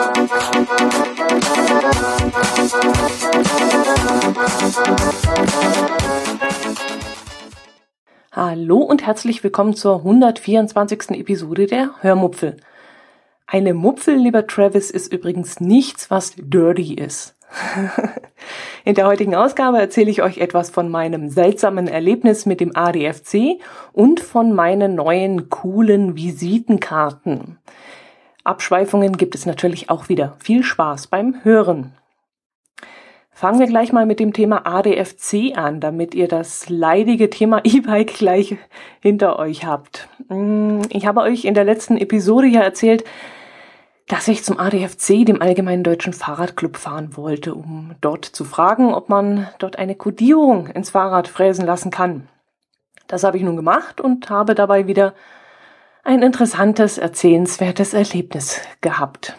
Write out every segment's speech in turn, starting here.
Hallo und herzlich willkommen zur 124. Episode der Hörmupfel. Eine Mupfel, lieber Travis, ist übrigens nichts, was dirty ist. In der heutigen Ausgabe erzähle ich euch etwas von meinem seltsamen Erlebnis mit dem ADFC und von meinen neuen coolen Visitenkarten. Abschweifungen gibt es natürlich auch wieder. Viel Spaß beim Hören. Fangen wir gleich mal mit dem Thema ADFC an, damit ihr das leidige Thema E-Bike gleich hinter euch habt. Ich habe euch in der letzten Episode ja erzählt, dass ich zum ADFC, dem Allgemeinen Deutschen Fahrradclub, fahren wollte, um dort zu fragen, ob man dort eine Kodierung ins Fahrrad fräsen lassen kann. Das habe ich nun gemacht und habe dabei wieder ein interessantes, erzählenswertes Erlebnis gehabt.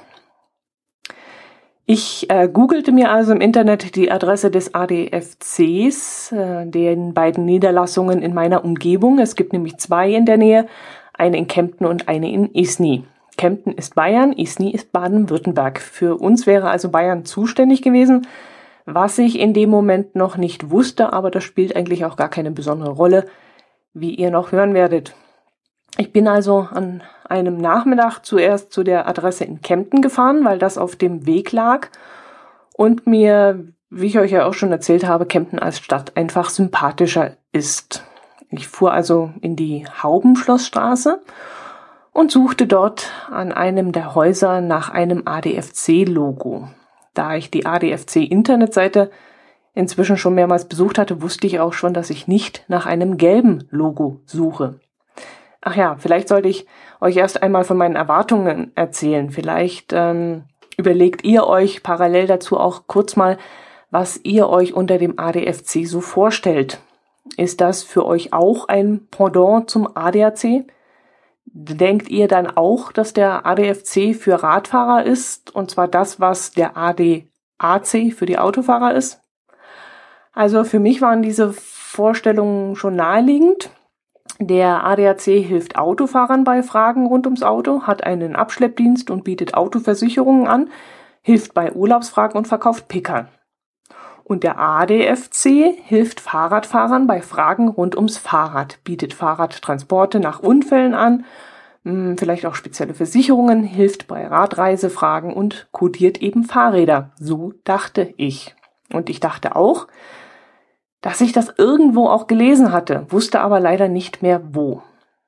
Ich googelte mir also im Internet die Adresse des ADFCs, den beiden Niederlassungen in meiner Umgebung. Es gibt nämlich 2 in der Nähe, eine in Kempten und eine in Isny. Kempten ist Bayern, Isny ist Baden-Württemberg. Für uns wäre also Bayern zuständig gewesen, was ich in dem Moment noch nicht wusste, aber das spielt eigentlich auch gar keine besondere Rolle, wie ihr noch hören werdet. Ich bin also an einem Nachmittag zuerst zu der Adresse in Kempten gefahren, weil das auf dem Weg lag und mir, wie ich euch ja auch schon erzählt habe, Kempten als Stadt einfach sympathischer ist. Ich fuhr also in die Haubenschlossstraße und suchte dort an einem der Häuser nach einem ADFC-Logo. Da ich die ADFC-Internetseite inzwischen schon mehrmals besucht hatte, wusste ich auch schon, dass ich nicht nach einem gelben Logo suche. Ach ja, vielleicht sollte ich euch erst einmal von meinen Erwartungen erzählen. Vielleicht überlegt ihr euch parallel dazu auch kurz mal, was ihr euch unter dem ADFC so vorstellt. Ist das für euch auch ein Pendant zum ADAC? Denkt ihr dann auch, dass der ADFC für Radfahrer ist, und zwar das, was der ADAC für die Autofahrer ist? Also für mich waren diese Vorstellungen schon naheliegend. Der ADAC hilft Autofahrern bei Fragen rund ums Auto, hat einen Abschleppdienst und bietet Autoversicherungen an, hilft bei Urlaubsfragen und verkauft Picker. Und der ADFC hilft Fahrradfahrern bei Fragen rund ums Fahrrad, bietet Fahrradtransporte nach Unfällen an, vielleicht auch spezielle Versicherungen, hilft bei Radreisefragen und kodiert eben Fahrräder. So dachte ich. Und ich dachte auch, dass ich das irgendwo auch gelesen hatte, wusste aber leider nicht mehr wo.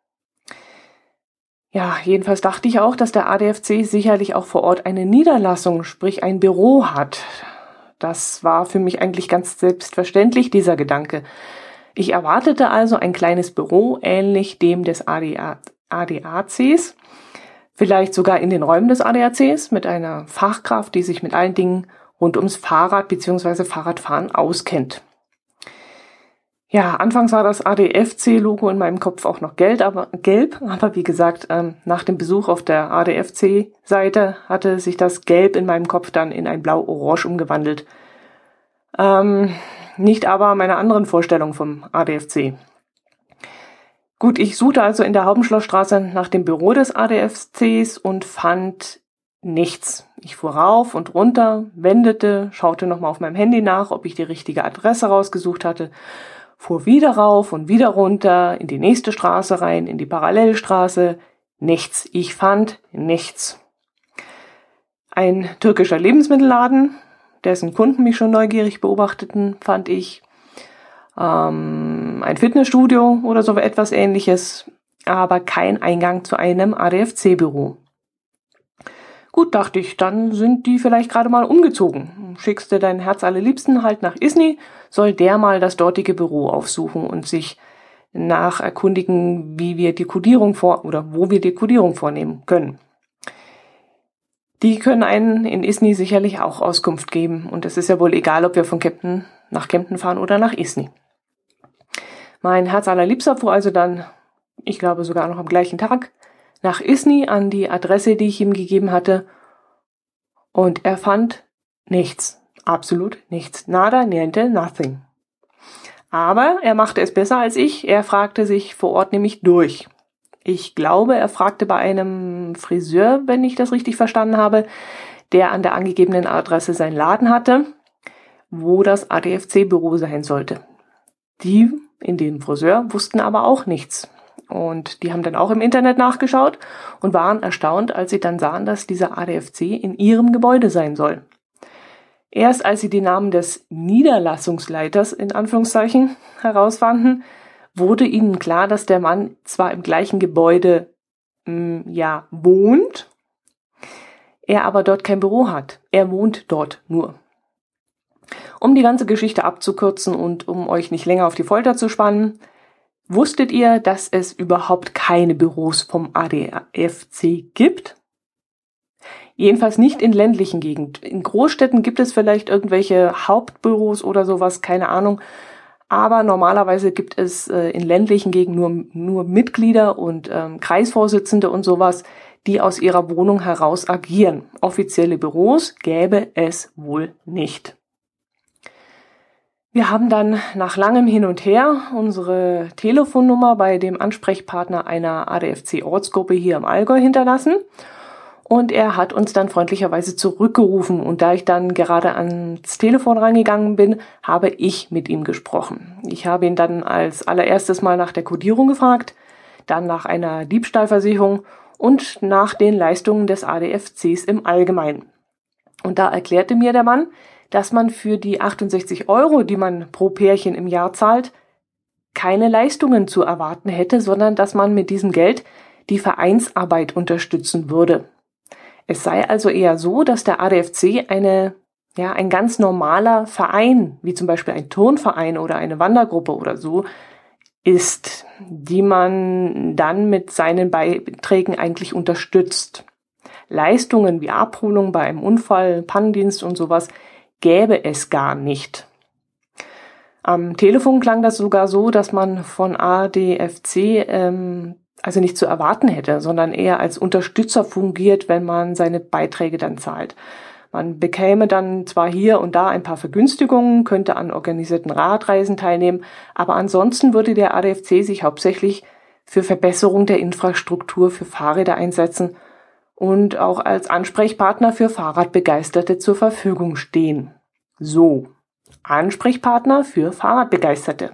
Ja, jedenfalls dachte ich auch, dass der ADFC sicherlich auch vor Ort eine Niederlassung, sprich ein Büro hat. Das war für mich eigentlich ganz selbstverständlich, dieser Gedanke. Ich erwartete also ein kleines Büro, ähnlich dem des ADACs, vielleicht sogar in den Räumen des ADACs, mit einer Fachkraft, die sich mit allen Dingen rund ums Fahrrad bzw. Fahrradfahren auskennt. Ja, anfangs war das ADFC-Logo in meinem Kopf auch noch gelb, aber wie gesagt, nach dem Besuch auf der ADFC-Seite hatte sich das Gelb in meinem Kopf dann in ein Blau-Orange umgewandelt. Nicht aber meine anderen Vorstellungen vom ADFC. Gut, ich suchte also in der Haubenschlossstraße nach dem Büro des ADFCs und fand nichts. Ich fuhr rauf und runter, wendete, schaute nochmal auf meinem Handy nach, ob ich die richtige Adresse rausgesucht hatte, fuhr wieder rauf und wieder runter, in die nächste Straße rein, in die Parallelstraße. Nichts. Ich fand nichts. Ein türkischer Lebensmittelladen, dessen Kunden mich schon neugierig beobachteten, fand ich. Ein Fitnessstudio oder so etwas Ähnliches, aber kein Eingang zu einem ADFC-Büro. Gut, dachte ich, dann sind die vielleicht gerade mal umgezogen. Schickst du deinen Herzallerliebsten halt nach Isny, soll der mal das dortige Büro aufsuchen und sich erkundigen, wie wir die Kodierung wo wir die Kodierung vornehmen können. Die können einen in Isny sicherlich auch Auskunft geben und es ist ja wohl egal, ob wir von Kempten nach Kempten fahren oder nach Isny. Mein Herzallerliebster fuhr also dann, ich glaube sogar noch am gleichen Tag, nach Isny an die Adresse, die ich ihm gegeben hatte, und er fand nichts, absolut nichts, nada, niente, nothing. Aber er machte es besser als ich, er fragte sich vor Ort nämlich durch. Ich glaube, er fragte bei einem Friseur, wenn ich das richtig verstanden habe, der an der angegebenen Adresse seinen Laden hatte, wo das ADFC-Büro sein sollte. Die in dem Friseur wussten aber auch nichts. Und die haben dann auch im Internet nachgeschaut und waren erstaunt, als sie dann sahen, dass dieser ADFC in ihrem Gebäude sein soll. Erst als sie die Namen des Niederlassungsleiters in Anführungszeichen herausfanden, wurde ihnen klar, dass der Mann zwar im gleichen Gebäude wohnt, er aber dort kein Büro hat. Er wohnt dort nur. Um die ganze Geschichte abzukürzen und um euch nicht länger auf die Folter zu spannen, wusstet ihr, dass es überhaupt keine Büros vom ADFC gibt? Jedenfalls nicht in ländlichen Gegenden. In Großstädten gibt es vielleicht irgendwelche Hauptbüros oder sowas, keine Ahnung. Aber normalerweise gibt es in ländlichen Gegenden nur Mitglieder und Kreisvorsitzende und sowas, die aus ihrer Wohnung heraus agieren. Offizielle Büros gäbe es wohl nicht. Wir haben dann nach langem Hin und Her unsere Telefonnummer bei dem Ansprechpartner einer ADFC-Ortsgruppe hier im Allgäu hinterlassen. Und er hat uns dann freundlicherweise zurückgerufen. Und da ich dann gerade ans Telefon rangegangen bin, habe ich mit ihm gesprochen. Ich habe ihn dann als allererstes mal nach der Kodierung gefragt, dann nach einer Diebstahlversicherung und nach den Leistungen des ADFCs im Allgemeinen. Und da erklärte mir der Mann, dass man für die 68 €, die man pro Pärchen im Jahr zahlt, keine Leistungen zu erwarten hätte, sondern dass man mit diesem Geld die Vereinsarbeit unterstützen würde. Es sei also eher so, dass der ADFC ein ganz normaler Verein, wie zum Beispiel ein Turnverein oder eine Wandergruppe oder so, ist, die man dann mit seinen Beiträgen eigentlich unterstützt. Leistungen wie Abholung bei einem Unfall, Pannendienst und sowas gäbe es gar nicht. Am Telefon klang das sogar so, dass man von ADFC also nicht zu erwarten hätte, sondern eher als Unterstützer fungiert, wenn man seine Beiträge dann zahlt. Man bekäme dann zwar hier und da ein paar Vergünstigungen, könnte an organisierten Radreisen teilnehmen, aber ansonsten würde der ADFC sich hauptsächlich für Verbesserung der Infrastruktur für Fahrräder einsetzen und auch als Ansprechpartner für Fahrradbegeisterte zur Verfügung stehen. So, Ansprechpartner für Fahrradbegeisterte.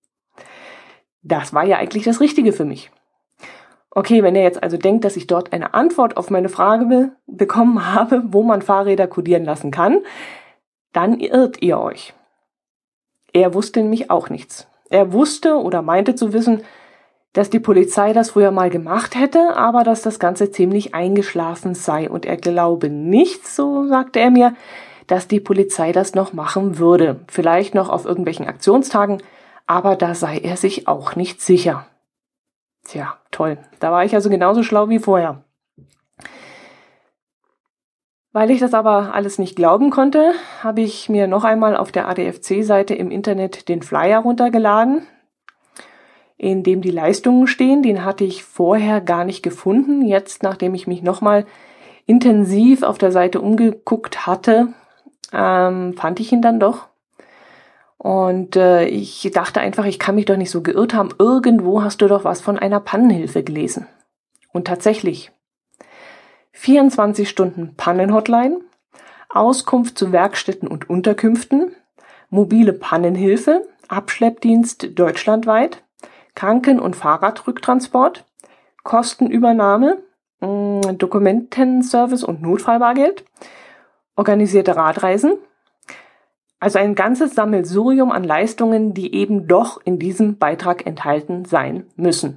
Das war ja eigentlich das Richtige für mich. Okay, wenn ihr jetzt also denkt, dass ich dort eine Antwort auf meine Frage bekommen habe, wo man Fahrräder kodieren lassen kann, dann irrt ihr euch. Er wusste nämlich auch nichts. Er wusste oder meinte zu wissen, dass die Polizei das früher mal gemacht hätte, aber dass das Ganze ziemlich eingeschlafen sei. Und er glaube nicht, so sagte er mir, dass die Polizei das noch machen würde. Vielleicht noch auf irgendwelchen Aktionstagen, aber da sei er sich auch nicht sicher. Tja, toll. Da war ich also genauso schlau wie vorher. Weil ich das aber alles nicht glauben konnte, habe ich mir noch einmal auf der ADFC-Seite im Internet den Flyer runtergeladen, in dem die Leistungen stehen. Den hatte ich vorher gar nicht gefunden. Jetzt, nachdem ich mich nochmal intensiv auf der Seite umgeguckt hatte, fand ich ihn dann doch. Und ich dachte einfach, ich kann mich doch nicht so geirrt haben. Irgendwo hast du doch was von einer Pannenhilfe gelesen. Und tatsächlich, 24 Stunden Pannenhotline, Auskunft zu Werkstätten und Unterkünften, mobile Pannenhilfe, Abschleppdienst deutschlandweit, Kranken- und Fahrradrücktransport, Kostenübernahme, Dokumentenservice und Notfallbargeld, organisierte Radreisen. Also ein ganzes Sammelsurium an Leistungen, die eben doch in diesem Beitrag enthalten sein müssen.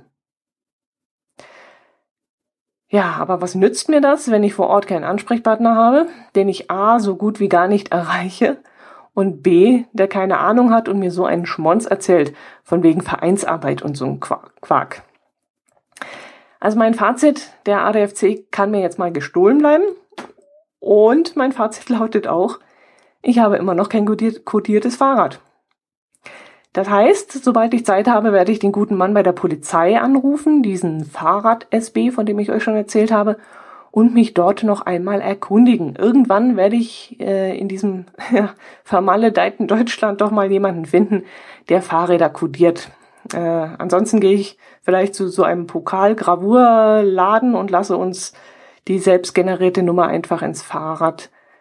Ja, aber was nützt mir das, wenn ich vor Ort keinen Ansprechpartner habe, den ich A, so gut wie gar nicht erreiche und B, der keine Ahnung hat und mir so einen Schmonz erzählt, von wegen Vereinsarbeit und so ein Quark. Also mein Fazit, der ADFC kann mir jetzt mal gestohlen bleiben und mein Fazit lautet auch, ich habe immer noch kein kodiertes Fahrrad. Das heißt, sobald ich Zeit habe, werde ich den guten Mann bei der Polizei anrufen, diesen Fahrrad-SB, von dem ich euch schon erzählt habe, und mich dort noch einmal erkundigen. Irgendwann werde ich in diesem vermaledeiten Deutschland doch mal jemanden finden, der Fahrräder kodiert. Ansonsten gehe ich vielleicht zu so einem Pokalgravurladen und lasse uns die selbstgenerierte Nummer einfach ins Fahrrad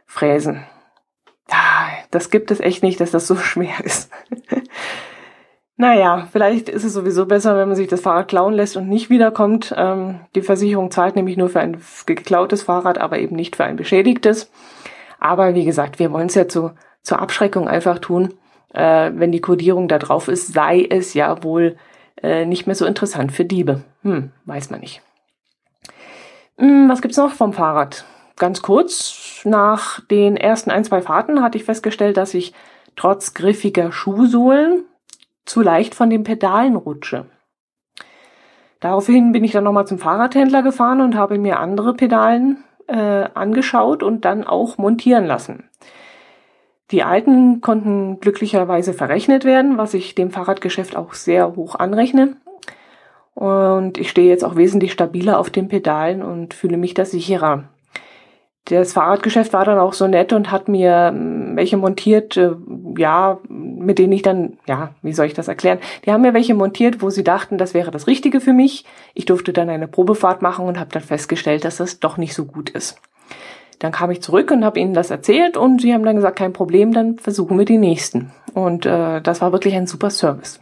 fräsen. Das gibt es echt nicht, dass das so schwer ist. Naja, vielleicht ist es sowieso besser, wenn man sich das Fahrrad klauen lässt und nicht wiederkommt. Die Versicherung zahlt nämlich nur für ein geklautes Fahrrad, aber eben nicht für ein beschädigtes. Aber wie gesagt, wir wollen es ja zur Abschreckung einfach tun. Wenn die Kodierung da drauf ist, sei es ja wohl nicht mehr so interessant für Diebe. Weiß man nicht. Was gibt's noch vom Fahrrad? Ganz kurz, nach den ersten 1-2 Fahrten hatte ich festgestellt, dass ich trotz griffiger Schuhsohlen zu leicht von den Pedalen rutsche. Daraufhin bin ich dann nochmal zum Fahrradhändler gefahren und habe mir andere Pedalen angeschaut und dann auch montieren lassen. Die alten konnten glücklicherweise verrechnet werden, was ich dem Fahrradgeschäft auch sehr hoch anrechne. Und ich stehe jetzt auch wesentlich stabiler auf den Pedalen und fühle mich da sicherer. Das Fahrradgeschäft war dann auch so nett und hat mir welche montiert, mit denen ich dann, wie soll ich das erklären? Die haben mir welche montiert, wo sie dachten, das wäre das Richtige für mich. Ich durfte dann eine Probefahrt machen und habe dann festgestellt, dass das doch nicht so gut ist. Dann kam ich zurück und habe ihnen das erzählt und sie haben dann gesagt, kein Problem, dann versuchen wir die nächsten. Und das war wirklich ein super Service.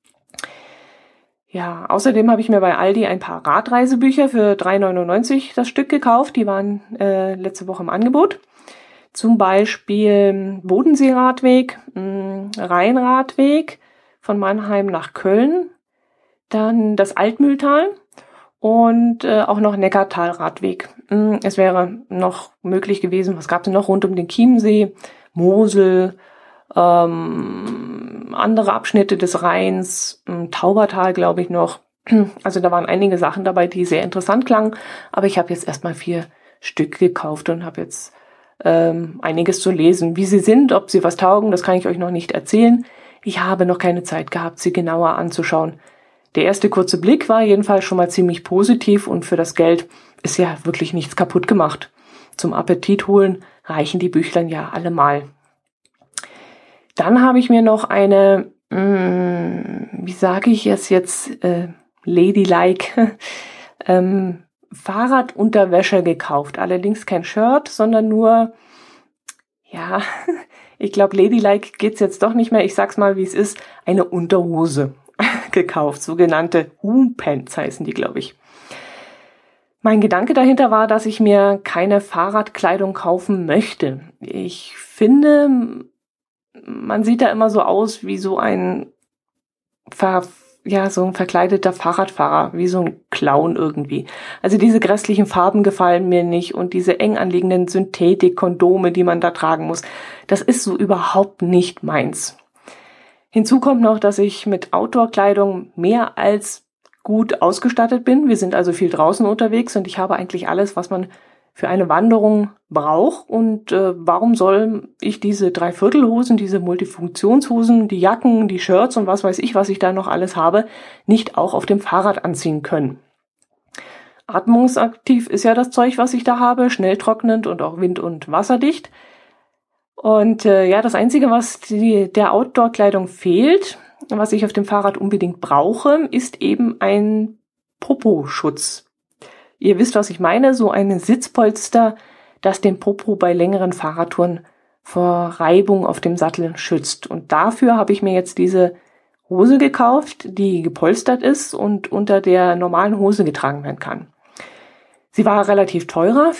Ja, außerdem habe ich mir bei Aldi ein paar Radreisebücher für 3,99 das Stück gekauft. Die waren letzte Woche im Angebot. Zum Beispiel Bodenseeradweg, Rheinradweg von Mannheim nach Köln, dann das Altmühltal und auch noch Neckartalradweg. Es wäre noch möglich gewesen, was gab es noch rund um den Chiemsee, Mosel, andere Abschnitte des Rheins, Taubertal, glaube ich noch. Also da waren einige Sachen dabei, die sehr interessant klangen. Aber ich habe jetzt erstmal 4 Stück gekauft und habe jetzt einiges zu lesen. Wie sie sind, ob sie was taugen, das kann ich euch noch nicht erzählen. Ich habe noch keine Zeit gehabt, sie genauer anzuschauen. Der erste kurze Blick war jedenfalls schon mal ziemlich positiv und für das Geld ist ja wirklich nichts kaputt gemacht. Zum Appetit holen reichen die Büchlein ja allemal. Dann habe ich mir noch eine, wie sage ich es jetzt, ladylike, Fahrradunterwäsche gekauft. Allerdings kein Shirt, sondern nur, ich glaube, ladylike geht's jetzt doch nicht mehr. Ich sag's mal, wie es ist, eine Unterhose gekauft. Sogenannte Pants heißen die, glaube ich. Mein Gedanke dahinter war, dass ich mir keine Fahrradkleidung kaufen möchte. Ich finde, man sieht da immer so aus wie so ein verkleideter Fahrradfahrer, wie so ein Clown irgendwie. Also diese grässlichen Farben gefallen mir nicht und diese eng anliegenden Synthetik-Kondome, die man da tragen muss, das ist so überhaupt nicht meins. Hinzu kommt noch, dass ich mit Outdoor-Kleidung mehr als gut ausgestattet bin. Wir sind also viel draußen unterwegs und ich habe eigentlich alles, was man für eine Wanderung braucht. Und warum soll ich diese Dreiviertelhosen, diese Multifunktionshosen, die Jacken, die Shirts und was weiß ich, was ich da noch alles habe, nicht auch auf dem Fahrrad anziehen können? Atmungsaktiv ist ja das Zeug, was ich da habe, schnell trocknend und auch wind- und wasserdicht. Und das Einzige, was der Outdoor-Kleidung fehlt, was ich auf dem Fahrrad unbedingt brauche, ist eben ein Poposchutz. Ihr wisst, was ich meine, so ein Sitzpolster, das den Popo bei längeren Fahrradtouren vor Reibung auf dem Sattel schützt. Und dafür habe ich mir jetzt diese Hose gekauft, die gepolstert ist und unter der normalen Hose getragen werden kann. Sie war relativ teuer,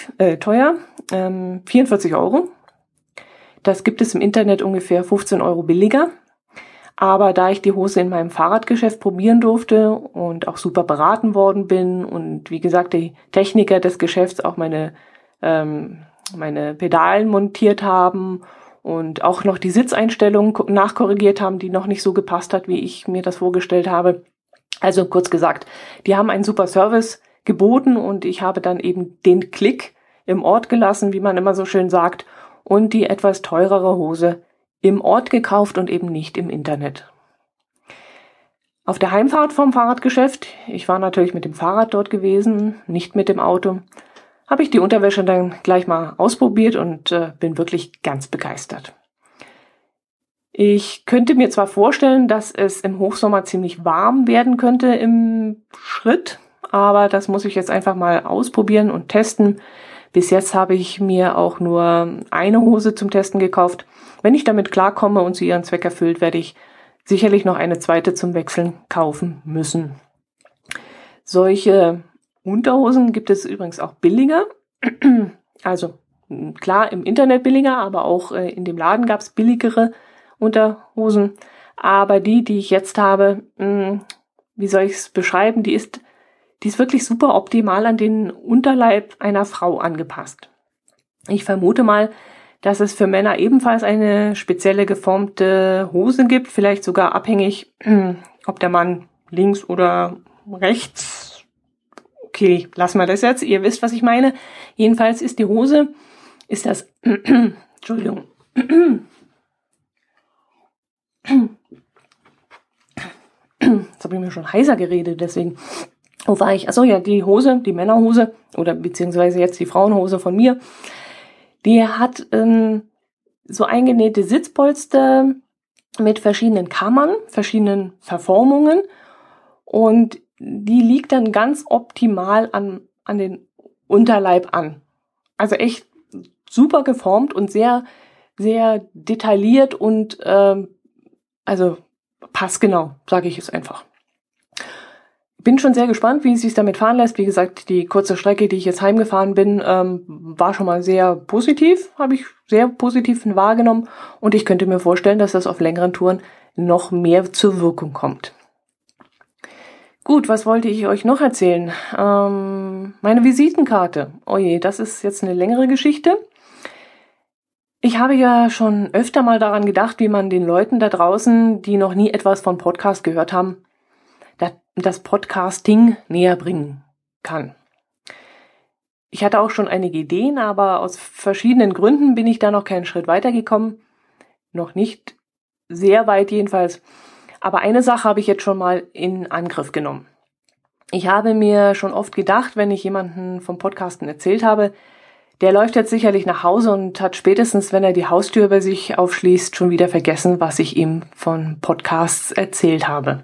44 €. Das gibt es im Internet ungefähr 15 € billiger. Aber da ich die Hose in meinem Fahrradgeschäft probieren durfte und auch super beraten worden bin und wie gesagt, die Techniker des Geschäfts auch meine Pedalen montiert haben und auch noch die Sitzeinstellungen nachkorrigiert haben, die noch nicht so gepasst hat, wie ich mir das vorgestellt habe. Also kurz gesagt, die haben einen super Service geboten und ich habe dann eben den Klick im Ort gelassen, wie man immer so schön sagt, und die etwas teurere Hose im Ort gekauft und eben nicht im Internet. Auf der Heimfahrt vom Fahrradgeschäft, ich war natürlich mit dem Fahrrad dort gewesen, nicht mit dem Auto, habe ich die Unterwäsche dann gleich mal ausprobiert und bin wirklich ganz begeistert. Ich könnte mir zwar vorstellen, dass es im Hochsommer ziemlich warm werden könnte im Schritt, aber das muss ich jetzt einfach mal ausprobieren und testen. Bis jetzt habe ich mir auch nur eine Hose zum Testen gekauft. Wenn ich damit klarkomme und sie ihren Zweck erfüllt, werde ich sicherlich noch eine zweite zum Wechseln kaufen müssen. Solche Unterhosen gibt es übrigens auch billiger. Also klar im Internet billiger, aber auch in dem Laden gab es billigere Unterhosen. Aber die ich jetzt habe, wie soll ich es beschreiben, die ist wirklich super optimal an den Unterleib einer Frau angepasst. Ich vermute mal, dass es für Männer ebenfalls eine spezielle geformte Hose gibt, vielleicht sogar abhängig, ob der Mann links oder rechts. Okay, lassen wir das jetzt. Ihr wisst, was ich meine. Jedenfalls ist das, Entschuldigung. Jetzt habe ich mir schon heiser geredet, deswegen. Wo war ich? Achso, ja, die Hose, die Männerhose oder beziehungsweise jetzt die Frauenhose von mir, die hat so eingenähte Sitzpolster mit verschiedenen Kammern, verschiedenen Verformungen und die liegt dann ganz optimal an den Unterleib an. Also echt super geformt und sehr, sehr detailliert und also passgenau, sage ich es einfach. Bin schon sehr gespannt, wie es sich damit fahren lässt. Wie gesagt, die kurze Strecke, die ich jetzt heimgefahren bin, war schon mal sehr positiv, habe ich sehr positiv wahrgenommen. Und ich könnte mir vorstellen, dass das auf längeren Touren noch mehr zur Wirkung kommt. Gut, was wollte ich euch noch erzählen? Meine Visitenkarte. Oh je, das ist jetzt eine längere Geschichte. Ich habe ja schon öfter mal daran gedacht, wie man den Leuten da draußen, die noch nie etwas von Podcast gehört haben, das Podcasting näher bringen kann. Ich hatte auch schon einige Ideen, aber aus verschiedenen Gründen bin ich da noch keinen Schritt weitergekommen. Noch nicht sehr weit jedenfalls. Aber eine Sache habe ich jetzt schon mal in Angriff genommen. Ich habe mir schon oft gedacht, wenn ich jemanden vom Podcasten erzählt habe, der läuft jetzt sicherlich nach Hause und hat spätestens, wenn er die Haustür bei sich aufschließt, schon wieder vergessen, was ich ihm von Podcasts erzählt habe.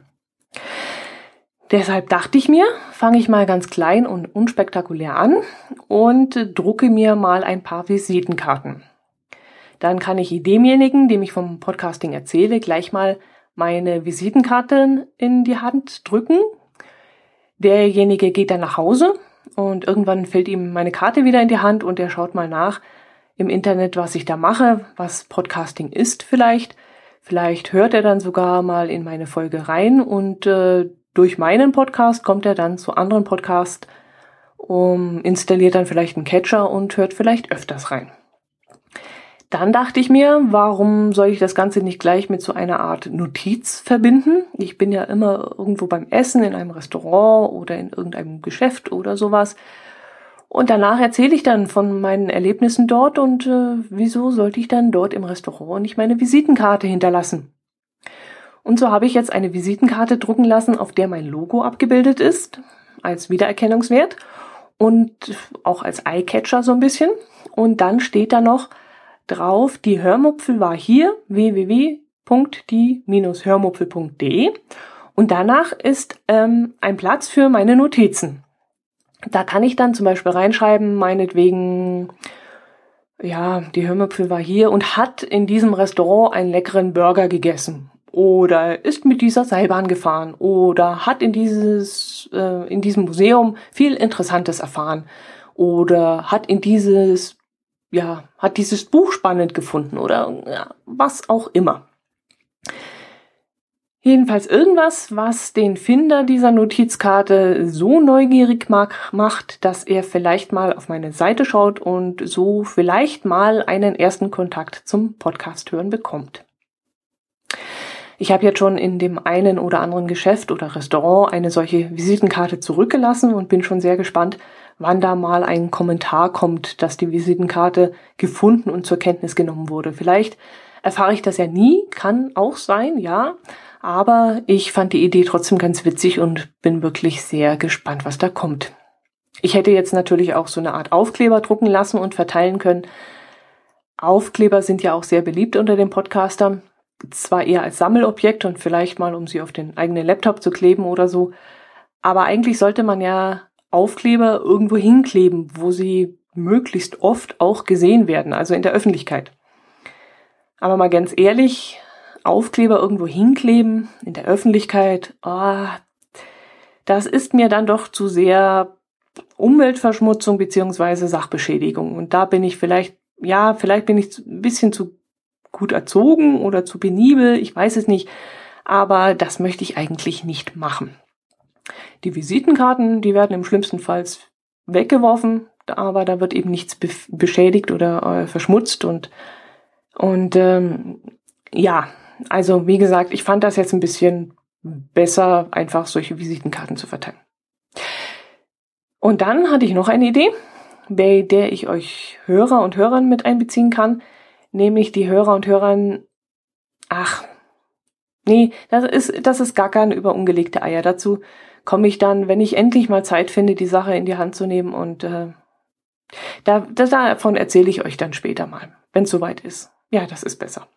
Deshalb dachte ich mir, fange ich mal ganz klein und unspektakulär an und drucke mir mal ein paar Visitenkarten. Dann kann ich demjenigen, dem ich vom Podcasting erzähle, gleich mal meine Visitenkarten in die Hand drücken. Derjenige geht dann nach Hause und irgendwann fällt ihm meine Karte wieder in die Hand und er schaut mal nach im Internet, was ich da mache, was Podcasting ist vielleicht. Vielleicht hört er dann sogar mal in meine Folge rein und durch meinen Podcast kommt er dann zu anderen Podcasts, installiert dann vielleicht einen Catcher und hört vielleicht öfters rein. Dann dachte ich mir, warum soll ich das Ganze nicht gleich mit so einer Art Notiz verbinden? Ich bin ja immer irgendwo beim Essen, in einem Restaurant oder in irgendeinem Geschäft oder sowas. Und danach erzähle ich dann von meinen Erlebnissen dort und wieso sollte ich dann dort im Restaurant nicht meine Visitenkarte hinterlassen? Und so habe ich jetzt eine Visitenkarte drucken lassen, auf der mein Logo abgebildet ist, als Wiedererkennungswert und auch als Eyecatcher so ein bisschen. Und dann steht da noch drauf, die Hörmupfel war hier, www.die-hörmupfel.de. Und danach ist ein Platz für meine Notizen. Da kann ich dann zum Beispiel reinschreiben, meinetwegen, ja, die Hörmupfel war hier und hat in diesem Restaurant einen leckeren Burger gegessen. Oder ist mit dieser Seilbahn gefahren oder hat in diesem Museum viel Interessantes erfahren oder hat dieses Buch spannend gefunden oder ja, was auch immer. Jedenfalls irgendwas, was den Finder dieser Notizkarte so neugierig macht, dass er vielleicht mal auf meine Seite schaut und so vielleicht mal einen ersten Kontakt zum Podcast hören bekommt. Ich habe jetzt schon in dem einen oder anderen Geschäft oder Restaurant eine solche Visitenkarte zurückgelassen und bin schon sehr gespannt, wann da mal ein Kommentar kommt, dass die Visitenkarte gefunden und zur Kenntnis genommen wurde. Vielleicht erfahre ich das ja nie, kann auch sein, ja, aber ich fand die Idee trotzdem ganz witzig und bin wirklich sehr gespannt, was da kommt. Ich hätte jetzt natürlich auch so eine Art Aufkleber drucken lassen und verteilen können. Aufkleber sind ja auch sehr beliebt unter den Podcastern. Zwar eher als Sammelobjekt und vielleicht mal, um sie auf den eigenen Laptop zu kleben oder so. Aber eigentlich sollte man ja Aufkleber irgendwo hinkleben, wo sie möglichst oft auch gesehen werden, also in der Öffentlichkeit. Aber mal ganz ehrlich, Aufkleber irgendwo hinkleben, in der Öffentlichkeit, das ist mir dann doch zu sehr Umweltverschmutzung beziehungsweise Sachbeschädigung. Und da bin ich vielleicht bin ich ein bisschen zu gut erzogen oder zu penibel, ich weiß es nicht, aber das möchte ich eigentlich nicht machen. Die Visitenkarten, die werden im schlimmsten Fall weggeworfen, aber da wird eben nichts beschädigt oder verschmutzt und also wie gesagt, ich fand das jetzt ein bisschen besser, einfach solche Visitenkarten zu verteilen. Und dann hatte ich noch eine Idee, bei der ich euch Hörer und Hörern mit einbeziehen kann, nämlich die Hörer und Hörern, das ist gar keine über ungelegte Eier. Dazu komme ich dann, wenn ich endlich mal Zeit finde, die Sache in die Hand zu nehmen und davon erzähle ich euch dann später mal, wenn es soweit ist. Ja, das ist besser.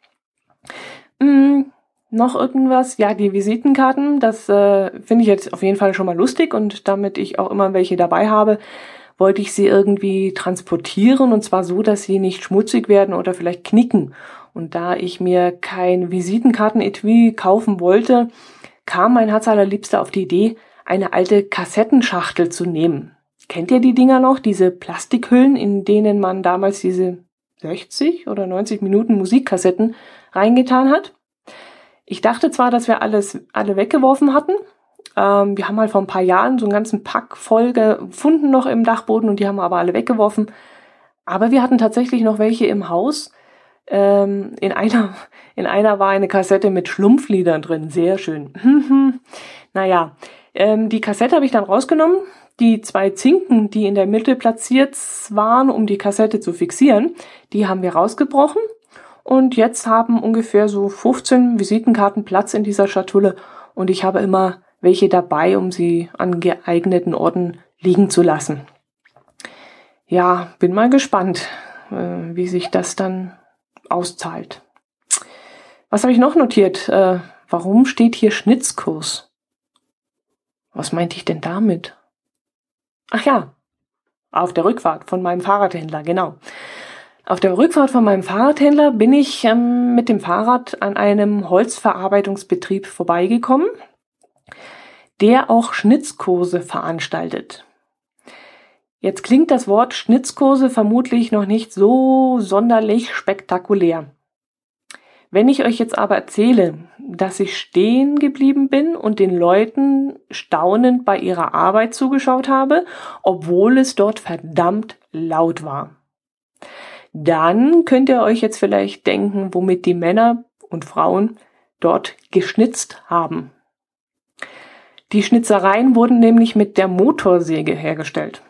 Noch irgendwas? Ja, die Visitenkarten, das finde ich jetzt auf jeden Fall schon mal lustig und damit ich auch immer welche dabei habe, wollte ich sie irgendwie transportieren und zwar so, dass sie nicht schmutzig werden oder vielleicht knicken. Und da ich mir kein Visitenkarten-Etui kaufen wollte, kam mein Herz allerliebster auf die Idee, eine alte Kassettenschachtel zu nehmen. Kennt ihr die Dinger noch? Diese Plastikhüllen, in denen man damals diese 60 oder 90 Minuten Musikkassetten reingetan hat? Ich dachte zwar, dass wir alle weggeworfen hatten. Wir haben halt vor ein paar Jahren so einen ganzen Pack voll gefunden noch im Dachboden und die haben wir aber alle weggeworfen. Aber wir hatten tatsächlich noch welche im Haus. In einer war eine Kassette mit Schlumpfliedern drin. Sehr schön. Die Kassette habe ich dann rausgenommen. Die 2 Zinken, die in der Mitte platziert waren, um die Kassette zu fixieren, die haben wir rausgebrochen. Und jetzt haben ungefähr so 15 Visitenkarten Platz in dieser Schatulle. Und ich habe immer welche dabei, um sie an geeigneten Orten liegen zu lassen. Ja, bin mal gespannt, wie sich das dann auszahlt. Was habe ich noch notiert? Warum steht hier Schnitzkurs? Was meinte ich denn damit? Ach ja, auf der Rückfahrt von meinem Fahrradhändler, genau. Auf der Rückfahrt von meinem Fahrradhändler bin ich mit dem Fahrrad an einem Holzverarbeitungsbetrieb vorbeigekommen, der auch Schnitzkurse veranstaltet. Jetzt klingt das Wort Schnitzkurse vermutlich noch nicht so sonderlich spektakulär. Wenn ich euch jetzt aber erzähle, dass ich stehen geblieben bin und den Leuten staunend bei ihrer Arbeit zugeschaut habe, obwohl es dort verdammt laut war, dann könnt ihr euch jetzt vielleicht denken, womit die Männer und Frauen dort geschnitzt haben. Die Schnitzereien wurden nämlich mit der Motorsäge hergestellt.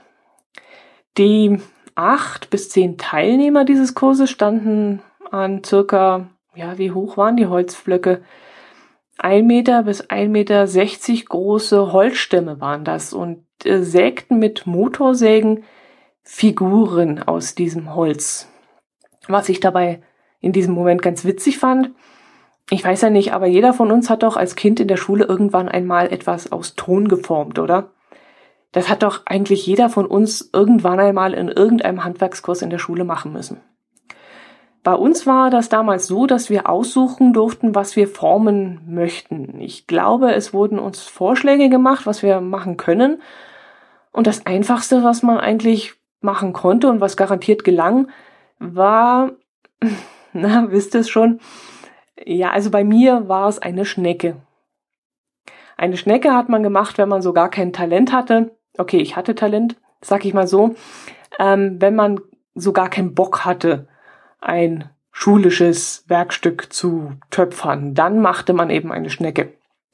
Die 8 bis 10 Teilnehmer dieses Kurses standen an circa, wie hoch waren die Holzpflöcke? 1 Meter bis 1,60 Meter große Holzstämme waren das und sägten mit Motorsägen Figuren aus diesem Holz. Was ich dabei in diesem Moment ganz witzig fand, ich weiß ja nicht, aber jeder von uns hat doch als Kind in der Schule irgendwann einmal etwas aus Ton geformt, oder? Das hat doch eigentlich jeder von uns irgendwann einmal in irgendeinem Handwerkskurs in der Schule machen müssen. Bei uns war das damals so, dass wir aussuchen durften, was wir formen möchten. Ich glaube, es wurden uns Vorschläge gemacht, was wir machen können. Und das Einfachste, was man eigentlich machen konnte und was garantiert gelang, war, wisst ihr es schon? Ja, also bei mir war es eine Schnecke. Eine Schnecke hat man gemacht, wenn man so gar kein Talent hatte. Okay, ich hatte Talent, sag ich mal so. Wenn man so gar keinen Bock hatte, ein schulisches Werkstück zu töpfern, dann machte man eben eine Schnecke.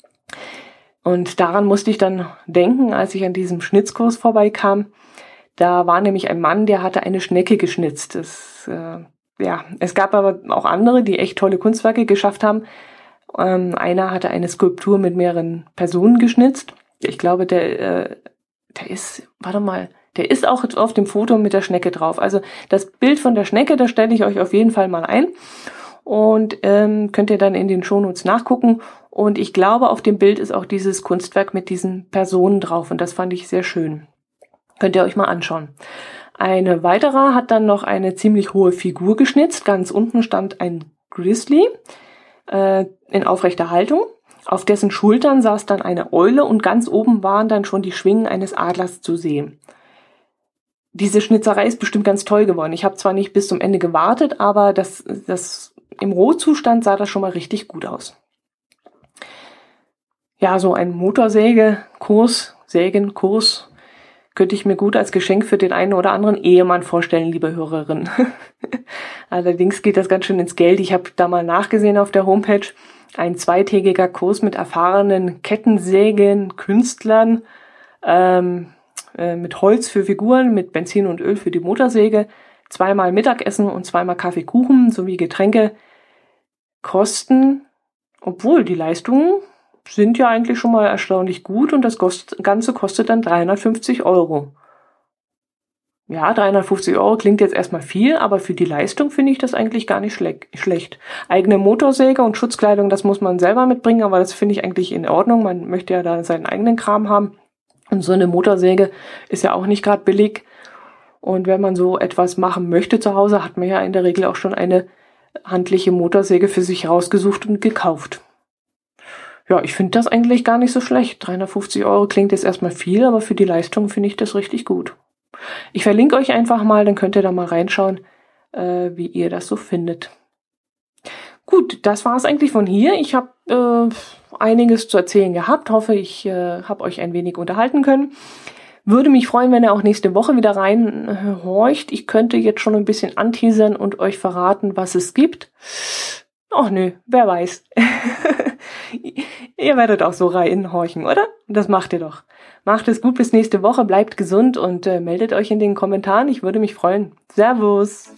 Und daran musste ich dann denken, als ich an diesem Schnitzkurs vorbeikam. Da war nämlich ein Mann, der hatte eine Schnecke geschnitzt. Es gab aber auch andere, die echt tolle Kunstwerke geschafft haben. Einer hatte eine Skulptur mit mehreren Personen geschnitzt. Ich glaube, der ist auch auf dem Foto mit der Schnecke drauf. Also das Bild von der Schnecke, das stelle ich euch auf jeden Fall mal ein. Und könnt ihr dann in den Shownotes nachgucken. Und ich glaube, auf dem Bild ist auch dieses Kunstwerk mit diesen Personen drauf. Und das fand ich sehr schön. Könnt ihr euch mal anschauen. Eine weitere hat dann noch eine ziemlich hohe Figur geschnitzt. Ganz unten stand ein Grizzly in aufrechter Haltung. Auf dessen Schultern saß dann eine Eule und ganz oben waren dann schon die Schwingen eines Adlers zu sehen. Diese Schnitzerei ist bestimmt ganz toll geworden. Ich habe zwar nicht bis zum Ende gewartet, aber das im Rohzustand sah das schon mal richtig gut aus. Ja, so ein Sägenkurs könnte ich mir gut als Geschenk für den einen oder anderen Ehemann vorstellen, liebe Hörerin. Allerdings geht das ganz schön ins Geld. Ich habe da mal nachgesehen auf der Homepage. Ein 2-tägiger Kurs mit erfahrenen Kettensägen-Künstlern, mit Holz für Figuren, mit Benzin und Öl für die Motorsäge, 2-mal Mittagessen und 2-mal Kaffeekuchen sowie Getränke kosten, obwohl die Leistungen sind ja eigentlich schon mal erstaunlich gut und das Ganze kostet dann 350 €. Ja, 350 € klingt jetzt erstmal viel, aber für die Leistung finde ich das eigentlich gar nicht schlecht. Eigene Motorsäge und Schutzkleidung, das muss man selber mitbringen, aber das finde ich eigentlich in Ordnung. Man möchte ja da seinen eigenen Kram haben. Und so eine Motorsäge ist ja auch nicht gerade billig. Und wenn man so etwas machen möchte zu Hause, hat man ja in der Regel auch schon eine handliche Motorsäge für sich rausgesucht und gekauft. Ja, ich finde das eigentlich gar nicht so schlecht. 350 € klingt jetzt erstmal viel, aber für die Leistung finde ich das richtig gut. Ich verlinke euch einfach mal, dann könnt ihr da mal reinschauen, wie ihr das so findet. Gut, das war es eigentlich von hier. Ich habe einiges zu erzählen gehabt. Hoffe, ich habe euch ein wenig unterhalten können. Würde mich freuen, wenn ihr auch nächste Woche wieder reinhorcht. Ich könnte jetzt schon ein bisschen anteasern und euch verraten, was es gibt. Ach nö, wer weiß. Ihr werdet auch so reinhorchen, oder? Das macht ihr doch. Macht es gut bis nächste Woche, bleibt gesund und meldet euch in den Kommentaren. Ich würde mich freuen. Servus!